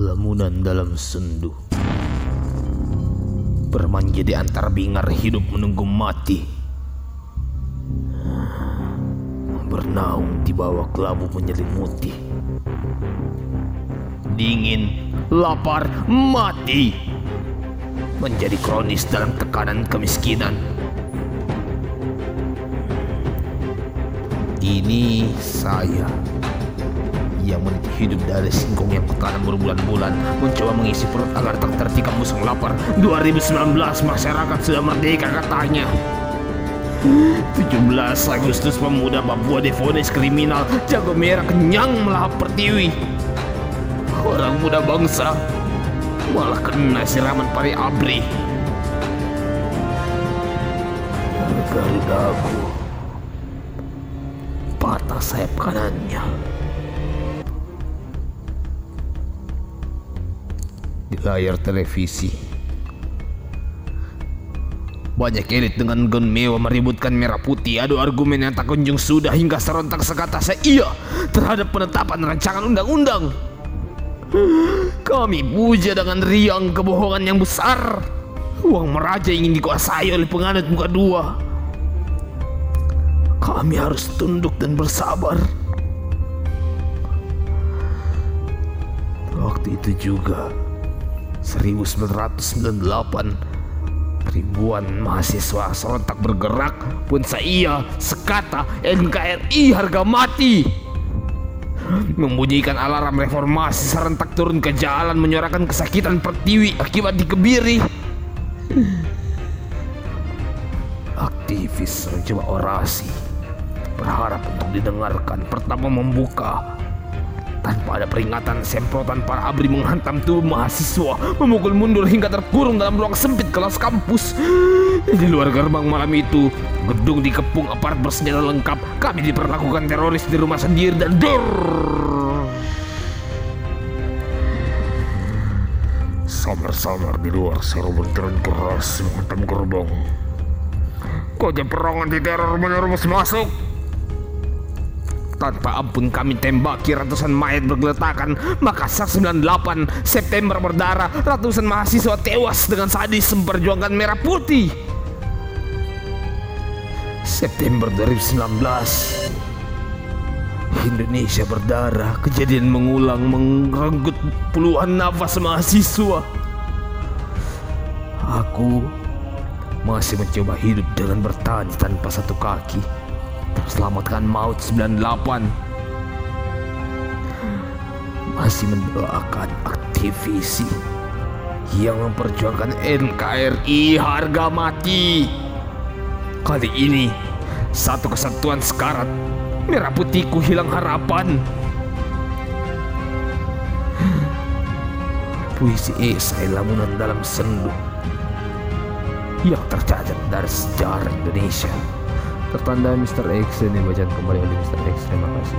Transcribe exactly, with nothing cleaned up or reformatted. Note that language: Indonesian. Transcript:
Lamunan dalam sendu, bermanja di antara bingar hidup menunggu mati, bernaung di bawah kelabu menyelimuti. Dingin, lapar, mati, menjadi kronis dalam tekanan kemiskinan. Ini saya yang meniti hidup dari singkong yang kutanam berbulan-bulan, mencoba mengisi perut agar tak tertikam musuh lapar. dua ribu sembilan belas masyarakat sudah merdeka katanya. tujuh belas Agustus pemuda Papua divonis kriminal, jago merah kenyang melahap pertiwi. Orang muda bangsa malah kena siraman pari abri. Agar dagu patah sayap kanannya. Di layar televisi, banyak elit dengan gaun mewah meributkan merah putih, adu argumen yang tak kunjung sudah hingga serentak sekata iya terhadap penetapan rancangan undang-undang. Kami puja dengan riang kebohongan yang besar. Uang meraja ingin dikuasai oleh penganut muka dua. Kami harus tunduk dan bersabar. Waktu itu juga seribu sembilan ratus sembilan puluh delapan, ribuan mahasiswa serentak bergerak pun saya sekata N K R I harga mati, membunyikan alarm reformasi, serentak turun ke jalan menyuarakan kesakitan pertiwi akibat dikebiri. Aktivis mencoba orasi, berharap untuk didengarkan. Pertama membuka, tanpa ada peringatan, semprotan para abri menghantam tubuh mahasiswa, memukul mundur hingga terkurung dalam ruang sempit kelas kampus. Di luar gerbang malam itu, gedung dikepung aparat bersenjata lengkap. Kami diperlakukan teroris di rumah sendiri dan dor. Samar-samar di luar seru benturan keras menghantam gerbang. Koja perongan di teror menerobos masuk. Tanpa ampun kami tembaki ratusan mayat bergeletakan. Makassar sembilan puluh delapan, September berdarah, ratusan mahasiswa tewas dengan sadis memperjuangkan merah putih. September dua ribu sembilan belas, Indonesia berdarah, kejadian mengulang merenggut puluhan nafas mahasiswa. Aku masih mencoba hidup dengan bertani tanpa satu kaki, terselamatkan maut sembilan puluh delapan. Masih mendoakan aktivisi yang memperjuangkan N K R I harga mati. Kali ini satu kesatuan sekarat, merah putihku hilang harapan. Puisi esai lamunan dalam sendu yang tercatat dari sejarah Indonesia. Tertanda mister X, ini bacaan kembali oleh mister X. Terima kasih.